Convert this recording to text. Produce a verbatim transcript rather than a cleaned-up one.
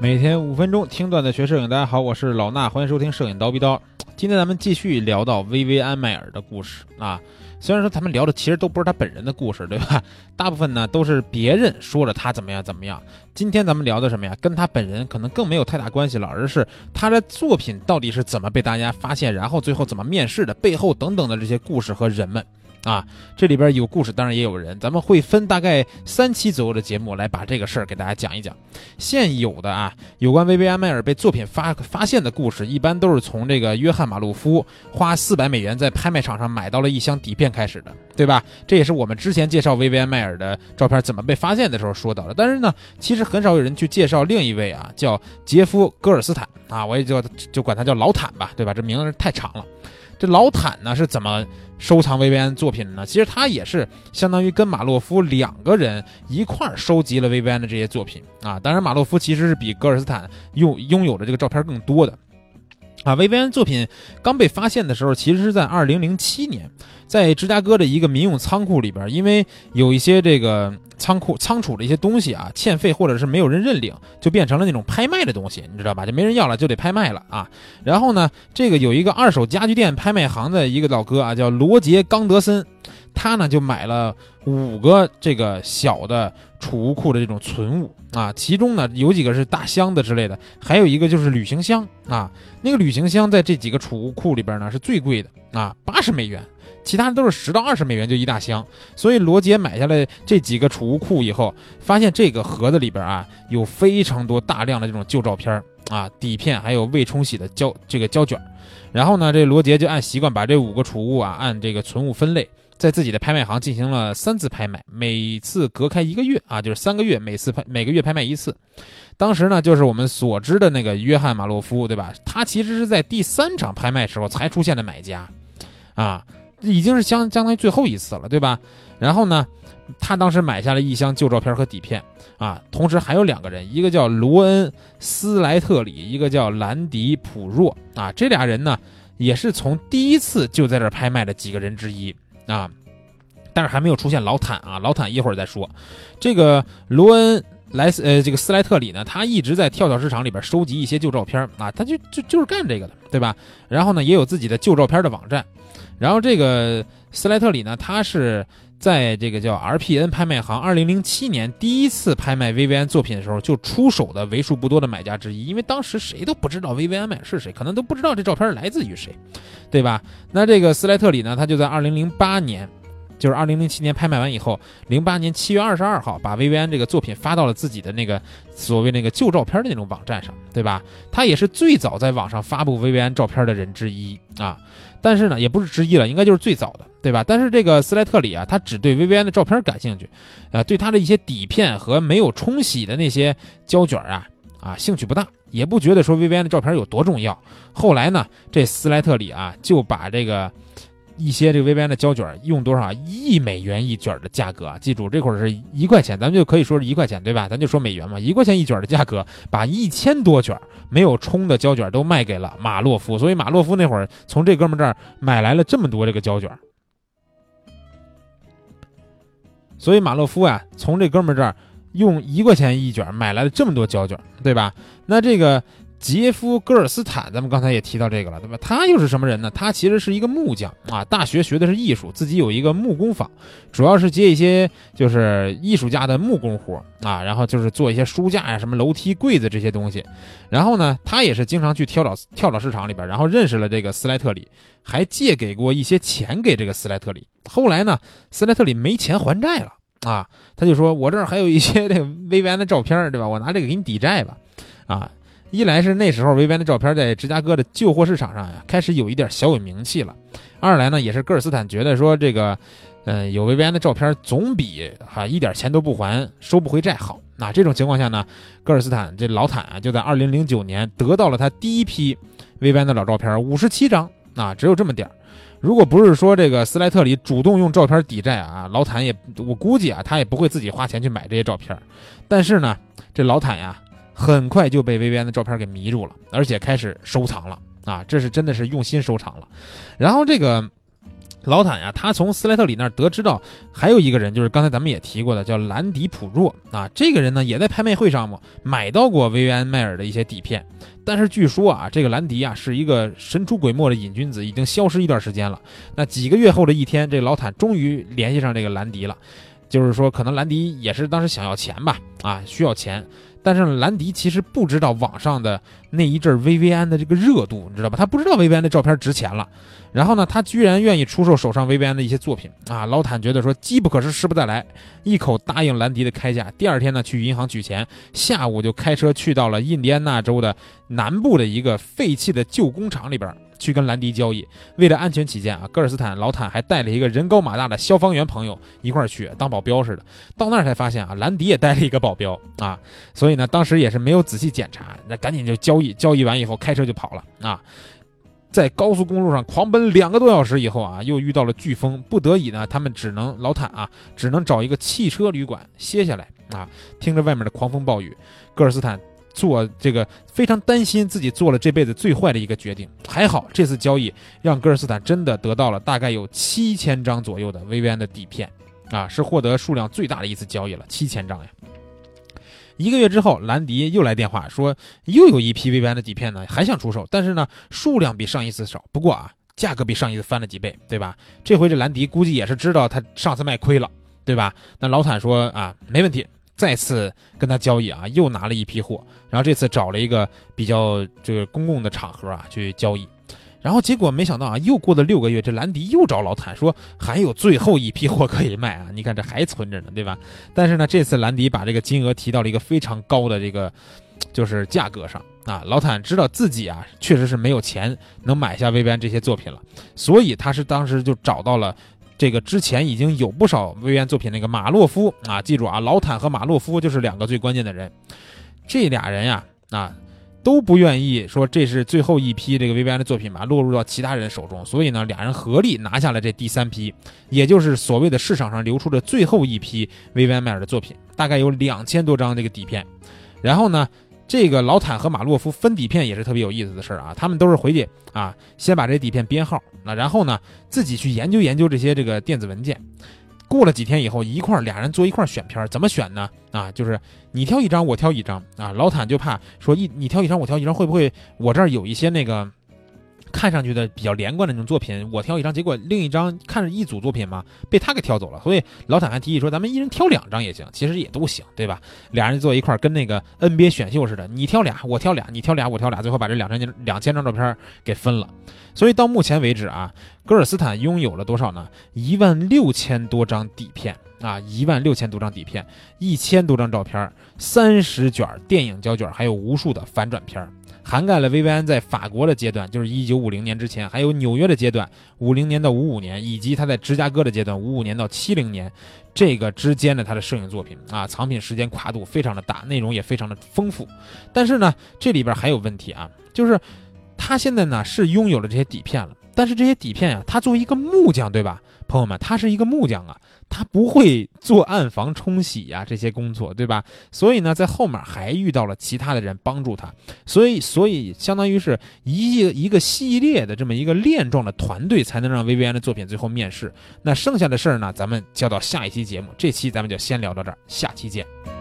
每天五分钟听段子学摄影，大家好，我是老衲，欢迎收听摄影刀逼刀。今天咱们继续聊到薇薇安迈尔的故事啊。虽然说咱们聊的其实都不是他本人的故事，对吧？大部分呢都是别人说了他怎么样怎么样。今天咱们聊的什么呀？跟他本人可能更没有太大关系了，而是他的作品到底是怎么被大家发现，然后最后怎么面世的，背后等等的这些故事和人们。啊，这里边有故事，当然也有人，咱们会分大概三期左右的节目来把这个事儿给大家讲一讲。现有的啊，有关薇薇安迈尔被作品发发现的故事，一般都是从这个约翰马洛夫花四百美元在拍卖场上买到了一箱底片开始的，对吧？这也是我们之前介绍薇薇安迈尔的照片怎么被发现的时候说到的。但是呢，其实很少有人去介绍另一位啊，叫杰夫·戈尔斯坦啊，我也就就管他叫老坦吧，对吧？这名字太长了。这老坦呢是怎么收藏薇薇安作品呢？其实他也是相当于跟马洛夫两个人一块儿收集了薇薇安的这些作品啊。当然马洛夫其实是比戈尔斯坦拥拥有的这个照片更多的啊。薇薇安作品刚被发现的时候，其实是在二零零七年，在芝加哥的一个民用仓库里边，因为有一些这个仓库仓储的一些东西啊欠费，或者是没有人认领，就变成了那种拍卖的东西，你知道吧？就没人要了，就得拍卖了啊。然后呢，这个有一个二手家具店拍卖行的一个老哥啊，叫罗杰·冈德森，他呢就买了五个这个小的储物库的这种存物啊，其中呢有几个是大箱子之类的，还有一个就是旅行箱啊。那个旅行箱在这几个储物库里边呢是最贵的啊，八十美元。其他的都是十到二十美元就一大箱，所以罗杰买下来这几个储物库以后，发现这个盒子里边啊有非常多大量的这种旧照片啊、底片，还有未冲洗的胶这个胶卷。然后呢，这罗杰就按习惯把这五个储物啊按这个存物分类，在自己的拍卖行进行了三次拍卖，每次隔开一个月啊，就是三个月，每次拍每个月拍卖一次。当时呢，就是我们所知的那个约翰马洛夫，对吧？他其实是在第三场拍卖时候才出现的买家啊。已经是相相当于最后一次了，对吧？然后呢，他当时买下了一箱旧照片和底片啊，同时还有两个人，一个叫罗恩·斯莱特里，一个叫兰迪·普若啊，这俩人呢也是从第一次就在这拍卖的几个人之一啊，但是还没有出现老坦啊，老坦一会儿再说。这个罗恩莱斯呃，这个斯莱特里呢，他一直在跳蚤市场里边收集一些旧照片啊，他就就就是干这个的，对吧？然后呢，也有自己的旧照片的网站。然后这个斯莱特里呢，他是在这个叫 R P N 拍卖行二零零七年第一次拍卖薇薇安作品的时候就出手的为数不多的买家之一，因为当时谁都不知道薇薇安买是谁，可能都不知道这照片来自于谁，对吧？那这个斯莱特里呢，他就在二零零八年，就是二零零七年拍卖完以后，零八年七月二十二号把薇薇安这个作品发到了自己的那个所谓那个旧照片的那种网站上，对吧？他也是最早在网上发布薇薇安照片的人之一啊。但是呢，也不是之一了，应该就是最早的，对吧？但是这个斯莱特里啊，他只对薇薇安的照片感兴趣，呃，对他的一些底片和没有冲洗的那些胶卷啊，啊，兴趣不大，也不觉得说薇薇安的照片有多重要。后来呢，这斯莱特里啊，就把这个一些这个薇薇安的胶卷用多少一美元一卷的价格啊，记住这会儿是一块钱，咱们就可以说是一块钱，对吧？咱就说美元嘛，一块钱一卷的价格，把一千多卷没有冲的胶卷都卖给了马洛夫，所以马洛夫那会儿从这哥们这儿买来了这么多这个胶卷，所以马洛夫啊，从这哥们这儿用一块钱一卷买来了这么多胶卷，对吧？那这个杰夫·戈尔斯坦，咱们刚才也提到这个了，对吧？他又是什么人呢？他其实是一个木匠啊，大学学的是艺术，自己有一个木工坊，主要是接一些就是艺术家的木工活啊，然后就是做一些书架呀、什么楼梯、柜子这些东西。然后呢，他也是经常去跳蚤跳蚤市场里边，然后认识了这个斯莱特里，还借给过一些钱给这个斯莱特里。后来呢，斯莱特里没钱还债了啊，他就说：“我这儿还有一些这个薇薇安的照片，对吧？我拿这个给你抵债吧。”啊。一来是那时候薇薇安的照片在芝加哥的旧货市场上呀开始有一点小有名气了，二来呢也是戈尔斯坦觉得说这个呃有薇薇安的照片总比哈、啊、一点钱都不还收不回债好。那这种情况下呢，戈尔斯坦这老坦啊就在二零零九年得到了他第一批薇薇安的老照片五十七张啊，只有这么点儿。如果不是说这个斯莱特里主动用照片抵债啊，老坦也我估计啊他也不会自己花钱去买这些照片。但是呢，这老坦呀很快就被薇薇安的照片给迷住了，而且开始收藏了啊，这是真的是用心收藏了。然后这个老坦呀，他从斯莱特里那儿得知到还有一个人，就是刚才咱们也提过的，叫兰迪普若啊。这个人呢，也在拍卖会上嘛买到过薇薇安迈尔的一些底片，但是据说啊，这个兰迪啊是一个神出鬼没的瘾君子，已经消失一段时间了。那几个月后的一天，这个老坦终于联系上这个兰迪了，就是说可能兰迪也是当时想要钱吧，啊，需要钱。但是兰迪其实不知道网上的那一阵薇薇安的这个热度，你知道吧？他不知道薇薇安的照片值钱了，然后呢，他居然愿意出售手上薇薇安的一些作品啊！老坦觉得说机不可失，失不再来，一口答应兰迪的开价。第二天呢，去银行取钱，下午就开车去到了印第安纳州的南部的一个废弃的旧工厂里边，去跟兰迪交易。为了安全起见啊，戈尔斯坦老坦还带了一个人高马大的消防员朋友一块儿去当保镖似的。到那儿才发现啊，兰迪也带了一个保镖啊，所以呢，当时也是没有仔细检查，那赶紧就交易，交易完以后开车就跑了啊。在高速公路上狂奔两个多小时以后啊，又遇到了飓风，不得已呢，他们只能老坦啊，只能找一个汽车旅馆歇下来啊，听着外面的狂风暴雨。戈尔斯坦做这个非常担心自己做了这辈子最坏的一个决定，还好这次交易让戈尔斯坦真的得到了大概有七千张左右的薇薇安的底片啊，是获得数量最大的一次交易了，七千张呀。一个月之后，兰迪又来电话说又有一批薇薇安的底片呢，还想出售，但是呢数量比上一次少，不过啊价格比上一次翻了几倍，对吧？这回这兰迪估计也是知道他上次卖亏了，对吧？那老坦说啊没问题，再次跟他交易啊，又拿了一批货，然后这次找了一个比较这个公共的场合啊去交易。然后结果没想到啊，又过了六个月，这兰迪又找老坦说还有最后一批货可以卖啊，你看这还存着呢，对吧？但是呢，这次兰迪把这个金额提到了一个非常高的这个就是价格上啊。老坦知道自己啊确实是没有钱能买下薇薇安这些作品了，所以他是当时就找到了这个之前已经有不少薇薇安作品那个马洛夫啊，记住啊，老坦和马洛夫就是两个最关键的人，这俩人呀 啊, 啊都不愿意说这是最后一批这个薇薇安的作品嘛，落入到其他人手中，所以呢，俩人合力拿下了这第三批，也就是所谓的市场上流出的最后一批薇薇安迈尔的作品，大概有两千多张这个底片。然后呢，这个老坦和马洛夫分底片也是特别有意思的事儿啊，他们都是回去啊，先把这底片编号，那然后呢，自己去研究研究这些这个电子文件。过了几天以后，一块俩人坐一块选片，怎么选呢？啊，就是你挑一张，我挑一张啊。老坦就怕说一你挑一张，我挑一张，会不会我这儿有一些那个看上去的比较连贯的那种作品，我挑一张，结果另一张看着一组作品嘛，被他给挑走了。所以老坦还提议说，咱们一人挑两张也行，其实也都行，对吧？俩人坐一块跟那个 N B A 选秀似的，你挑俩，我挑俩，你挑俩，我挑俩，最后把这两千两千张照片给分了。所以到目前为止啊，戈尔斯坦拥有了多少呢？一万六千多张底片啊，一万六千多张底片，一千多张照片，三十卷电影胶卷，还有无数的反转片，涵盖了薇薇安在法国的阶段，就是一九五零年之前，还有纽约的阶段，五零年到五五年，以及他在芝加哥的阶段，五五年到七零年，这个之间的他的摄影作品啊，藏品时间跨度非常的大，内容也非常的丰富。但是呢，这里边还有问题啊，就是他现在呢是拥有了这些底片了，但是这些底片啊，他作为一个木匠，对吧？朋友们，他是一个木匠啊，他不会做暗房冲洗呀、啊、这些工作，对吧？所以呢，在后面还遇到了其他的人帮助他，所以所以相当于是一个一个系列的这么一个链状的团队，才能让薇薇安的作品最后面世。那剩下的事儿呢，咱们交到下一期节目，这期咱们就先聊到这儿，下期见。